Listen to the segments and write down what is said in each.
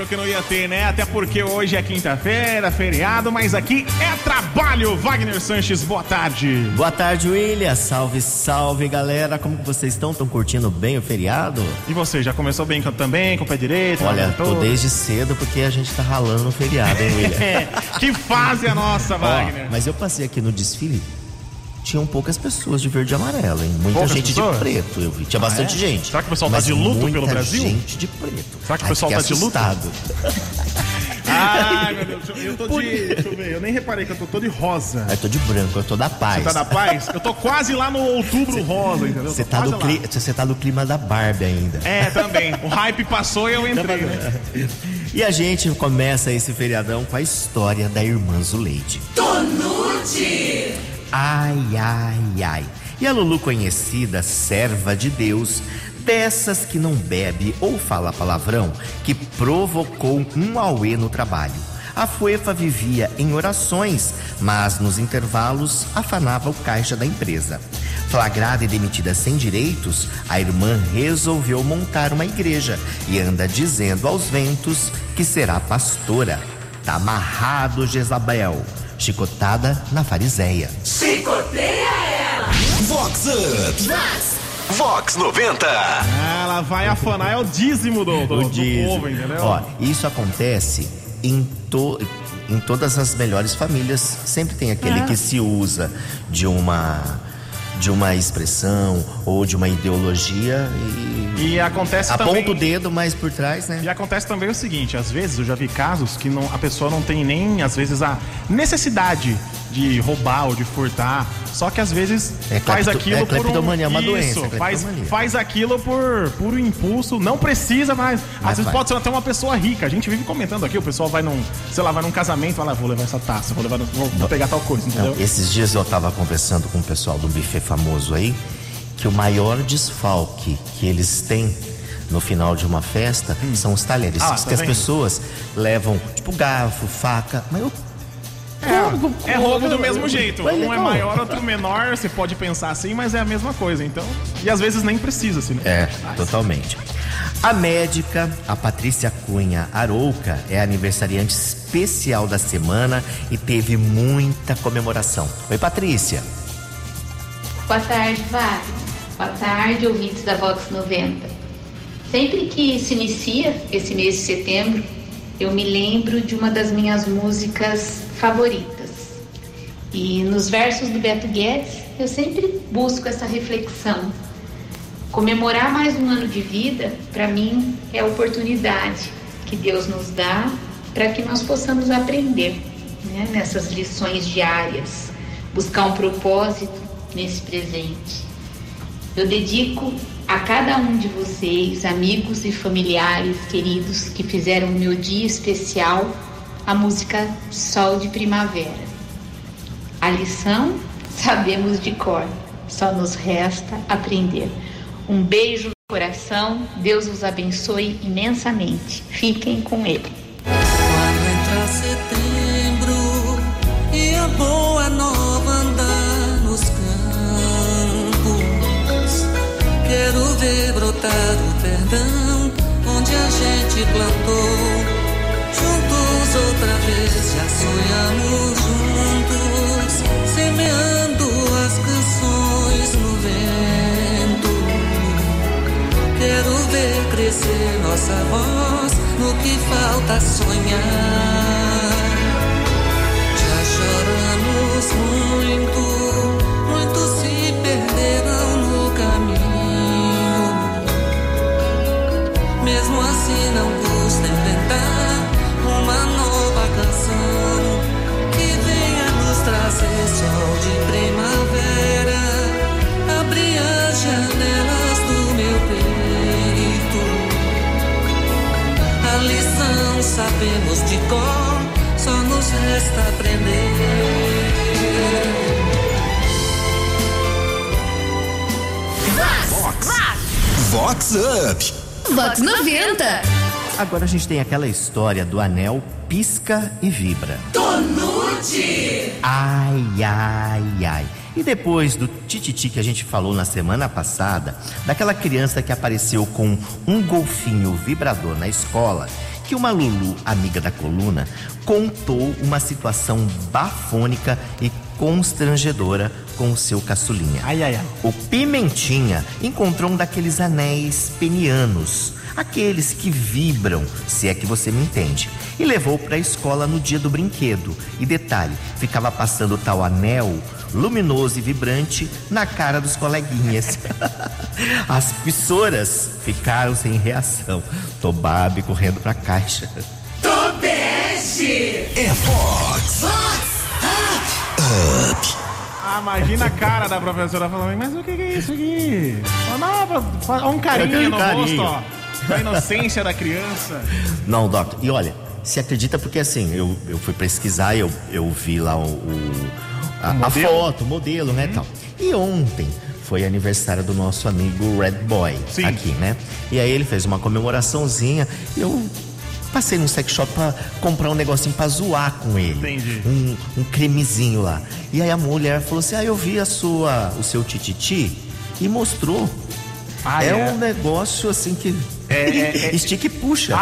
achou que não ia ter, né? Até porque hoje é quinta-feira, feriado, mas aqui é trabalho. Wagner Sanches, boa tarde. Boa tarde, William. Salve, salve, galera. Como que vocês estão? Estão curtindo bem o feriado? E você, já começou bem também, com o pé direito? Olha, tô desde cedo porque a gente tá ralando no feriado, hein, William? Que fase a nossa, Wagner. Mas eu passei aqui no desfile, tinham poucas pessoas de verde e amarelo, hein? Muita poucas gente pessoas? de preto, eu vi. Tinha bastante gente. Será que o pessoal tá de luto pelo Brasil? Muita gente de preto. Será que o pessoal tá de luto? Ai, meu Deus, eu tô de... Deixa eu ver, eu nem reparei que eu tô todo de rosa. Eu tô de branco, eu tô da paz. Você tá da paz? Eu tô quase lá no outubro rosa, entendeu? Você tá no clima da Barbie ainda. É, também. O hype passou e eu entrei, né? E a gente começa esse feriadão com a história da irmã Zuleide. Tonute! Ai, ai, ai. E a Lulu, conhecida serva de Deus, dessas que não bebe ou fala palavrão, que provocou um auê no trabalho. A Fuefa vivia em orações, mas nos intervalos afanava o caixa da empresa. Flagrada e demitida sem direitos, a irmã resolveu montar uma igreja e anda dizendo aos ventos que será pastora. Tá amarrado, Jezabel. Chicotada na fariseia. Chicoteia ela! Vox Up! Vox 90! Ela vai afanar, é o dízimo do povo, entendeu? Ó, isso acontece em todas as melhores famílias. Sempre tem aquele que se usa de uma expressão ou de uma ideologia e acontece aponta também, o dedo mais por trás, né? E acontece também o seguinte, às vezes eu já vi casos que a pessoa não tem nem, às vezes, a necessidade de roubar ou de furtar, só que às vezes faz aquilo por uma doença. Faz aquilo por puro impulso, não precisa, mas às vezes pode ser até uma pessoa rica. A gente vive comentando aqui, o pessoal vai num casamento, fala, vou levar essa taça, vou pegar tal coisa, entendeu? Não, esses dias eu tava conversando com o pessoal do buffet famoso aí, que o maior desfalque que eles têm no final de uma festa são os talheres. Porque as pessoas levam, tipo, garfo, faca, mas é roubo do mesmo jeito. Um é maior, outro menor, você pode pensar assim, mas é a mesma coisa, então. E às vezes nem precisa, assim, né? Totalmente. A médica, a Patrícia Cunha Arouca, é aniversariante especial da semana e teve muita comemoração. Oi, Patrícia. Boa tarde, Wagner. Boa tarde, ouvintes da Vox 90. Sempre que se inicia esse mês de setembro, eu me lembro de uma das minhas músicas favoritas. E nos versos do Beto Guedes, eu sempre busco essa reflexão. Comemorar mais um ano de vida, para mim, é a oportunidade que Deus nos dá para que nós possamos aprender, né, nessas lições diárias, buscar um propósito nesse presente. Eu dedico a cada um de vocês, amigos e familiares queridos que fizeram o meu dia especial, a música Sol de Primavera. A lição sabemos de cor, só nos resta aprender. Um beijo no coração, Deus os abençoe imensamente. Fiquem com Ele. Quando entrar setembro e a boa nova andar nos campos, quero ver brotar o perdão onde a gente plantou. Juntos outra vez já sonhamos juntos, semeando as canções no vento. Quero ver crescer nossa voz no que falta sonhar. Já choramos muito, muitos se perderam no caminho. Mesmo assim não custa inventar uma nova canção que venha nos trazer sol de primavera, abrir as janelas do meu peito. A lição sabemos de cor, só nos resta aprender. Vox Up! Vox 90! Agora a gente tem aquela história do anel pisca e vibra. Tonute! Ai, ai, ai. E depois do tititi que a gente falou na semana passada, daquela criança que apareceu com um golfinho vibrador na escola que uma Lulu, amiga da coluna, contou uma situação bafônica e constrangedora com o seu caçulinha. O Pimentinha encontrou um daqueles anéis penianos, aqueles que vibram, se é que você me entende, e levou para a escola no dia do brinquedo. E detalhe, ficava passando tal anel luminoso e vibrante na cara dos coleguinhas. As professoras ficaram sem reação. Tobabe correndo pra caixa. Tobeste! É Vox Up. Imagina a cara da professora falando, mas o que é isso aqui? Olha um carinho no rosto, ó. A inocência da criança. Não, Doctor, e olha, se acredita porque assim, eu fui pesquisar, eu vi lá a foto, o modelo, né, tal. E ontem foi aniversário do nosso amigo Red Boy. Sim. Aqui, né? E aí ele fez uma comemoraçãozinha e eu passei num sex shop pra comprar um negocinho pra zoar com ele. Entendi. Um cremezinho lá. E aí a mulher falou assim, eu vi o seu tititi e mostrou. Um negócio assim que estica e puxa.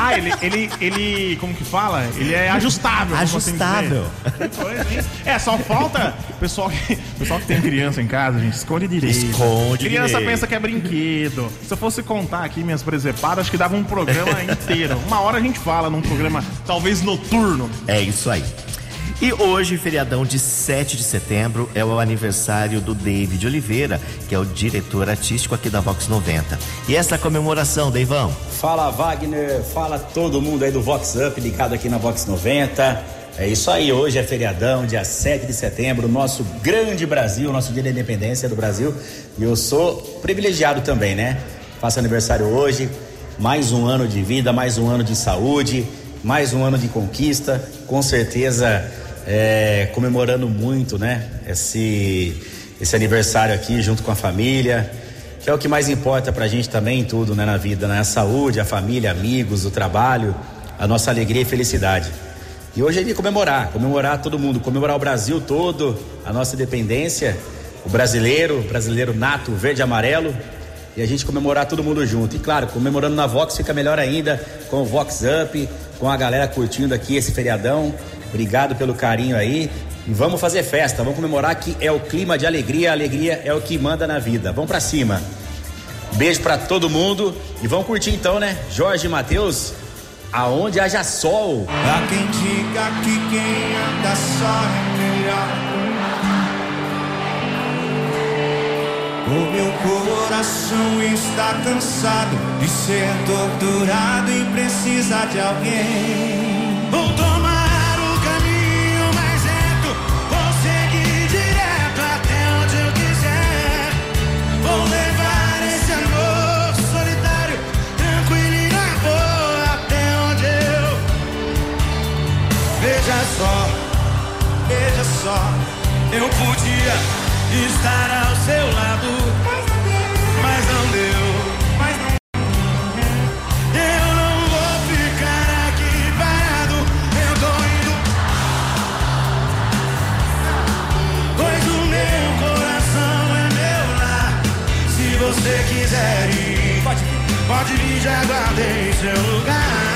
Ele como que fala? Ele é ajustável. Ajustável. Que coisa, hein? Só falta pessoal que tem criança em casa, gente, esconde direito. Criança pensa que é brinquedo. Se eu fosse contar aqui minhas presepadas, acho que dava um programa inteiro. Uma hora a gente fala num programa talvez noturno. É isso aí. E hoje, feriadão de 7 de setembro, é o aniversário do David Oliveira, que é o diretor artístico aqui da Vox 90. E essa comemoração, Deivão? Fala, Wagner, fala todo mundo aí do Vox Up, ligado aqui na Vox 90. É isso aí, hoje é feriadão, dia 7 de setembro, nosso grande Brasil, nosso dia da independência do Brasil. E eu sou privilegiado também, né? Faço aniversário hoje, mais um ano de vida, mais um ano de saúde, mais um ano de conquista, com certeza... comemorando muito, né? Esse aniversário aqui junto com a família, que é o que mais importa pra gente também em tudo, né? Na vida, né? A saúde, a família, amigos, o trabalho, a nossa alegria e felicidade. E hoje é de comemorar todo mundo, comemorar o Brasil todo, a nossa independência, o brasileiro nato, verde e amarelo, e a gente comemorar todo mundo junto. E claro, comemorando na Vox fica melhor ainda, com o Vox Up, com a galera curtindo aqui esse feriadão. Obrigado pelo carinho aí. E vamos fazer festa, vamos comemorar que é o clima de alegria. A alegria é o que manda na vida. Vamos pra cima. Beijo pra todo mundo. E vamos curtir então, né? Jorge e Matheus, Aonde Haja Sol. Há quem diga que quem anda só é melhor. O meu coração está cansado de ser torturado e precisa de alguém. Vou tomar o caminho mais reto, vou seguir direto até onde eu quiser. Vou levar esse amor solitário, tranquilo e na boa, até onde eu... Veja só, eu podia estar ao seu lado, mas não deu. Eu não vou ficar aqui parado, eu tô indo, pois o meu coração é meu lar. Se você quiser ir, pode vir, já guardei seu lugar.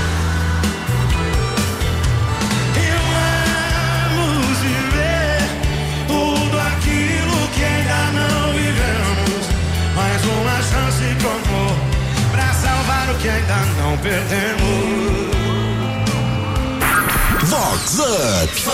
Mais uma chance com amor pra salvar o que ainda não perdemos. Vox Up.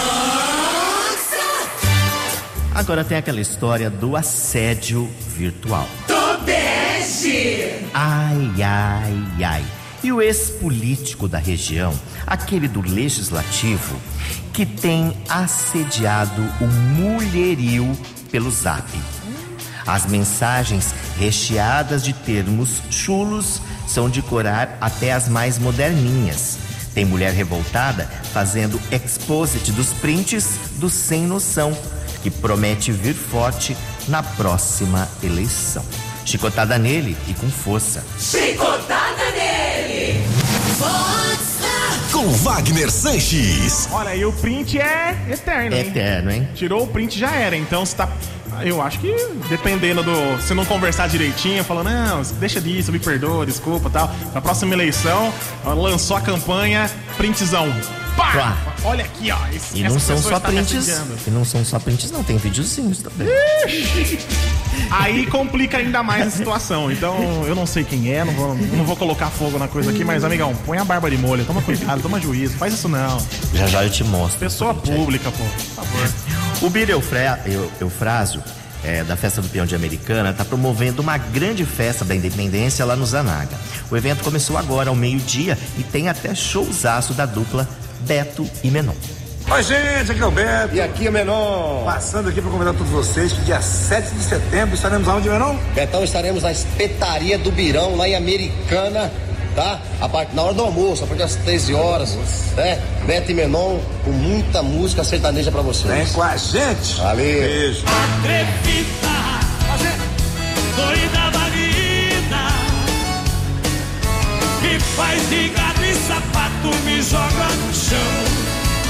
Agora tem aquela história do assédio virtual. Tobeste! Ai. E o ex-político da região, aquele do legislativo, que tem assediado o mulherio pelo Zap. As mensagens recheadas de termos chulos são de corar até as mais moderninhas. Tem mulher revoltada fazendo exposit dos prints do sem noção, que promete vir forte na próxima eleição. Chicotada nele e com força. Chicotada nele! Com Wagner Sanches. Olha, e o print é eterno, hein? Eterno, hein? Tirou o print, já era. Então, se tá Eu acho que dependendo do... Se não conversar direitinho, falando, não, deixa disso, me perdoa, desculpa, tal. Na próxima eleição, lançou a campanha, printzão. Pá! Olha aqui, ó. E não são só prints. E não são só prints, não. Tem videozinhos também. Aí complica ainda mais a situação. Então, eu não sei quem é, não vou colocar fogo na coisa aqui, mas, amigão, põe a barba de molho, toma cuidado, toma juízo, faz isso não. Já eu te mostro. Pessoa pública, pô, por favor. O Bira Eufrásio, da Festa do Peão de Americana, está promovendo uma grande festa da independência lá no Zanaga. O evento começou agora, ao meio-dia, e tem até showzaço da dupla Beto e Menon. Oi, gente, aqui é o Beto. E aqui é o Menon. Passando aqui para convidar todos vocês que dia 7 de setembro estaremos aonde, Menon? Betão, estaremos na Espetaria do Birão, lá em Americana, tá? Na hora do almoço, a partir das 13 horas, né? Beto e Menon, com muita música sertaneja pra vocês. Vem com a gente. Valeu. Beijo. Atrevida, doida valida, me faz de gato e sapato, me joga no chão.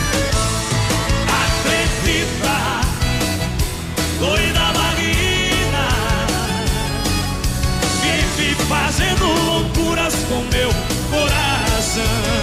Atrevida, doida valida, vive fazendo loucuras com meu coração.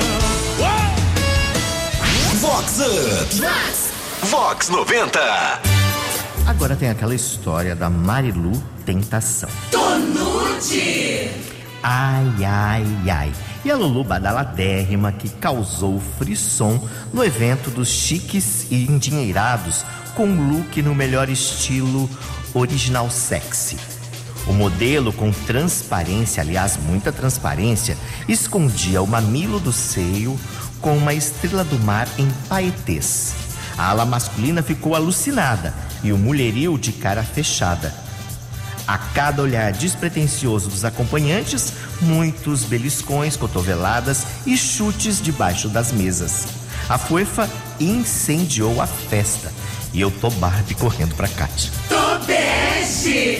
Vox Up. Vox 90. Agora tem aquela história da Marilu Tentação. Tonute! Ai, ai, ai. E a Lulu badaladérrima que causou frisson no evento dos chiques e endinheirados com look no melhor estilo original sexy. O modelo com transparência, aliás, muita transparência, escondia o mamilo do seio com uma estrela do mar em paetês. A ala masculina ficou alucinada e o mulherio de cara fechada. A cada olhar despretensioso dos acompanhantes, muitos beliscões, cotoveladas e chutes debaixo das mesas. A fofa incendiou a festa e eu tô Barbie correndo pra Kátia. Tobeste!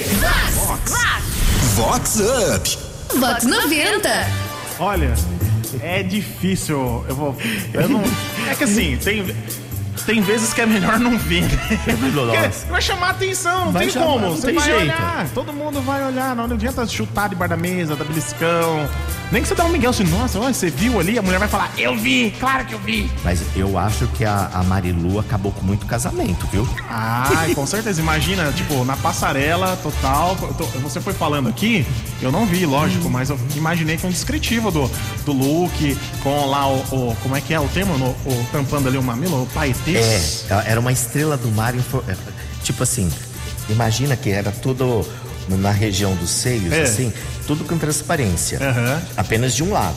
Vox Up. Vox 90. Olha, é difícil. Eu não. É que assim, tem vezes que é melhor não vir. Porque vai chamar atenção, não tem como. Você vai olhar, todo mundo vai olhar. Não adianta chutar debaixo da mesa, dar beliscão. Nem que você dá um migué assim, nossa, olha, você viu ali? A mulher vai falar, eu vi, claro que eu vi. Mas eu acho que a Marilu acabou com muito casamento, viu? Ah, com certeza. Imagina, tipo, na passarela total. Você foi falando aqui, eu não vi, lógico, mas eu imaginei que um descritivo do look, com lá o como é que é o termo? O tampando ali o mamilo, o paetês. Era uma estrela do mar, tipo assim, imagina que era tudo na região dos seios, assim, tudo com transparência. Apenas de um lado.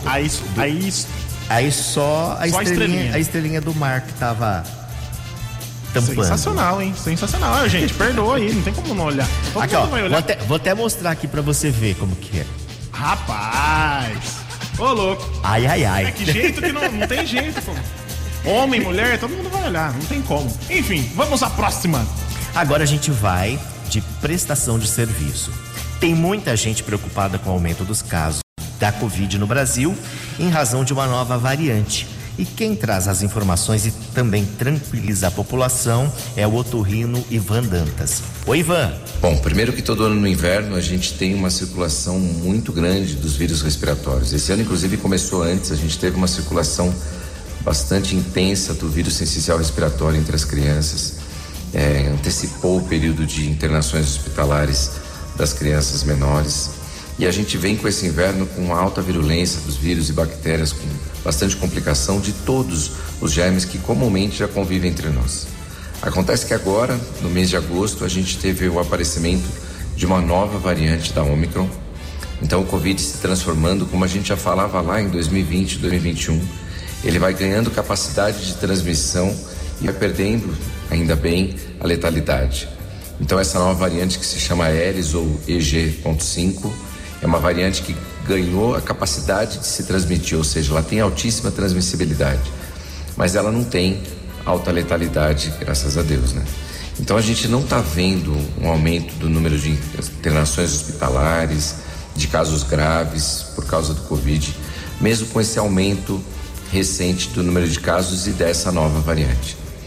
Aí só a estrelinha do mar que tava tampando. Sensacional, hein? Sensacional. Gente, perdoa aí, não tem como não olhar. Aqui, ó, vou até mostrar aqui pra você ver como que é. Rapaz! Ô, louco! Ai, ai, ai. É que jeito que não tem jeito, pô. Homem, mulher, todo mundo vai olhar, não tem como. Enfim, vamos à próxima. Agora a gente vai de prestação de serviço. Tem muita gente preocupada com o aumento dos casos da Covid no Brasil em razão de uma nova variante. E quem traz as informações e também tranquiliza a população é o otorrino Ivan Dantas. Oi, Ivan. Bom, primeiro que todo ano no inverno a gente tem uma circulação muito grande dos vírus respiratórios. Esse ano, inclusive, começou antes. A gente teve uma circulação bastante intensa do vírus sensicial respiratório entre as crianças. Antecipou o período de internações hospitalares das crianças menores. E a gente vem com esse inverno com uma alta virulência dos vírus e bactérias, com bastante complicação de todos os germes que comumente já convivem entre nós. Acontece que agora, no mês de agosto, a gente teve o aparecimento de uma nova variante da Omicron. Então o Covid se transformando, como a gente já falava lá em 2020, 2021, ele vai ganhando capacidade de transmissão e vai perdendo, ainda bem, a letalidade. Então essa nova variante que se chama Aedes ou EG.5 é uma variante que ganhou a capacidade de se transmitir, ou seja, ela tem altíssima transmissibilidade, mas ela não tem alta letalidade, graças a Deus, né? Então a gente não está vendo um aumento do número de internações hospitalares, de casos graves por causa do Covid, mesmo com esse aumento recente do número de casos e dessa nova variante.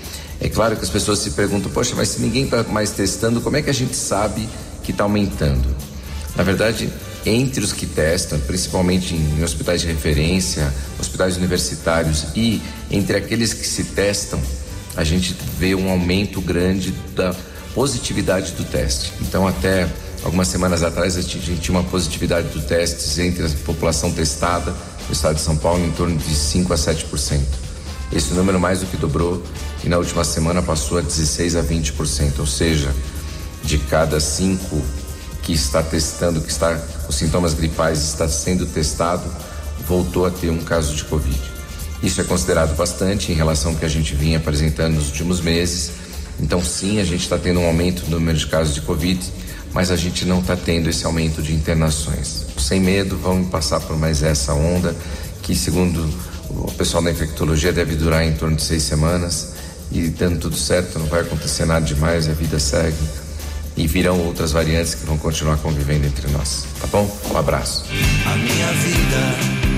É claro que as pessoas se perguntam, poxa, mas se ninguém está mais testando, como é que a gente sabe que está aumentando? Na verdade, entre os que testam, principalmente em hospitais de referência, hospitais universitários e entre aqueles que se testam, a gente vê um aumento grande da positividade do teste. Então, até algumas semanas atrás, a gente tinha uma positividade do teste entre a população testada no estado de São Paulo em torno de 5% a 7%. Esse número mais do que dobrou e na última semana passou a 16% a 20%, ou seja, de cada 5 que está testando, que está com sintomas gripais, está sendo testado, voltou a ter um caso de Covid. Isso é considerado bastante em relação ao que a gente vinha apresentando nos últimos meses. Então, sim, a gente está tendo um aumento no número de casos de Covid, mas a gente não está tendo esse aumento de internações. Sem medo, vamos passar por mais essa onda, que segundo o pessoal da infectologia deve durar em torno de 6 semanas, e dando tudo certo, não vai acontecer nada demais, a vida segue. E virão outras variantes que vão continuar convivendo entre nós, tá bom? Um abraço. A minha vida,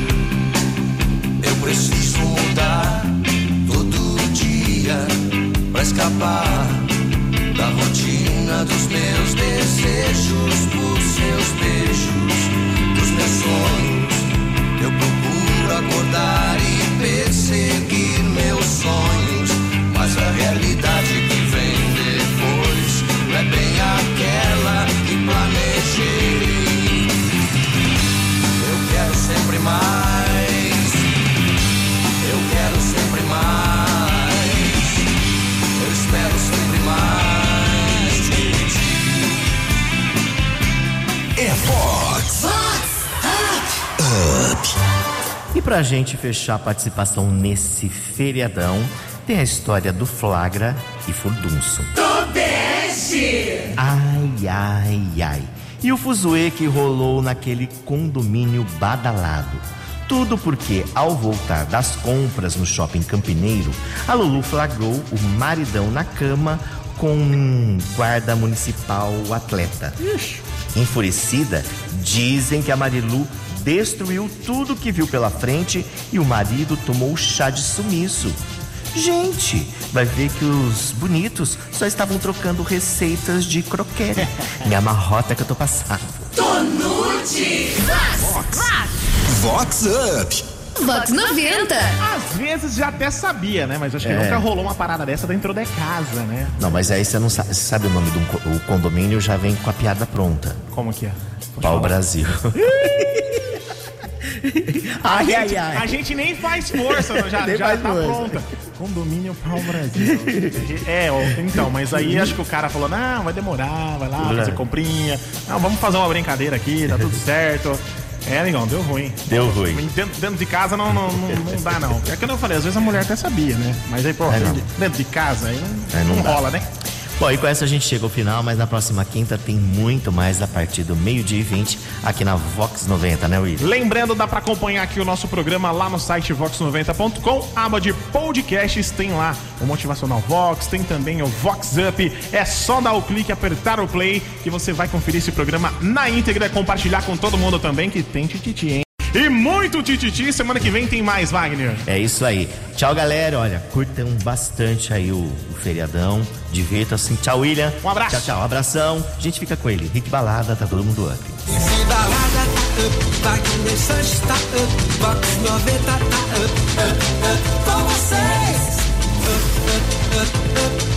eu preciso mudar todo dia pra escapar da rotina dos meus desejos, por seus beijos, dos meus sonhos. Eu procuro acordar e perseguir meus sonhos, mas a realidade que vem depois não é bem aquela que planejei. Eu quero sempre mais, eu quero sempre mais, eu espero sempre mais de ti. É Vox Up. E pra gente fechar a participação nesse feriadão, tem a história do Flagra e Furdunço. Tobeste! Ai, ai, ai. E o fuzuê que rolou naquele condomínio badalado. Tudo porque, ao voltar das compras no shopping Campineiro, a Lulu flagrou o maridão na cama com um guarda municipal atleta. Enfurecida, dizem que a Marilu destruiu tudo que viu pela frente e o marido tomou chá de sumiço. Gente, vai ver que os bonitos só estavam trocando receitas de croquete. Minha marrota que eu tô passando. Tonute! Vox Up. Vox 90. Às vezes já até sabia, né? Mas acho que nunca rolou uma parada dessa dentro da casa, né? Não, mas aí você não sabe, sabe o nome do o condomínio, já vem com a piada pronta. Como que é? Pau Brasil. Ai, ai, ai. A gente nem faz força, já tá pronta. Condomínio Pau Brasil. Então, mas aí acho que o cara falou, não, vai demorar, vai lá fazer comprinha. Não, vamos fazer uma brincadeira aqui, tá tudo certo. Negão, deu ruim. Deu ruim. Dentro de casa não dá, não. É que eu falei, às vezes a mulher até sabia, né? Mas aí, pô, dentro de casa aí não rola, né? Bom, e com essa a gente chega ao final, mas na próxima quinta tem muito mais a partir do 12:20 aqui na Vox 90, né, Will? Lembrando, dá pra acompanhar aqui o nosso programa lá no site vox90.com, aba de podcasts, tem lá o Motivacional Vox, tem também o Vox Up, é só dar o clique, apertar o play que você vai conferir esse programa na íntegra, compartilhar com todo mundo também que tem tititi, hein? E muito tititi, semana que vem tem mais, Wagner. É isso aí. Tchau, galera. Olha, curtam bastante aí o feriadão. Divirtam-se. Tchau, William. Um abraço. Tchau, tchau. Abração. A gente fica com ele. Rick Balada, tá todo mundo up. Rick Balada tá up, Wagner Sanches tá up, Vox 90 tá up, com vocês. Up, up, up, up.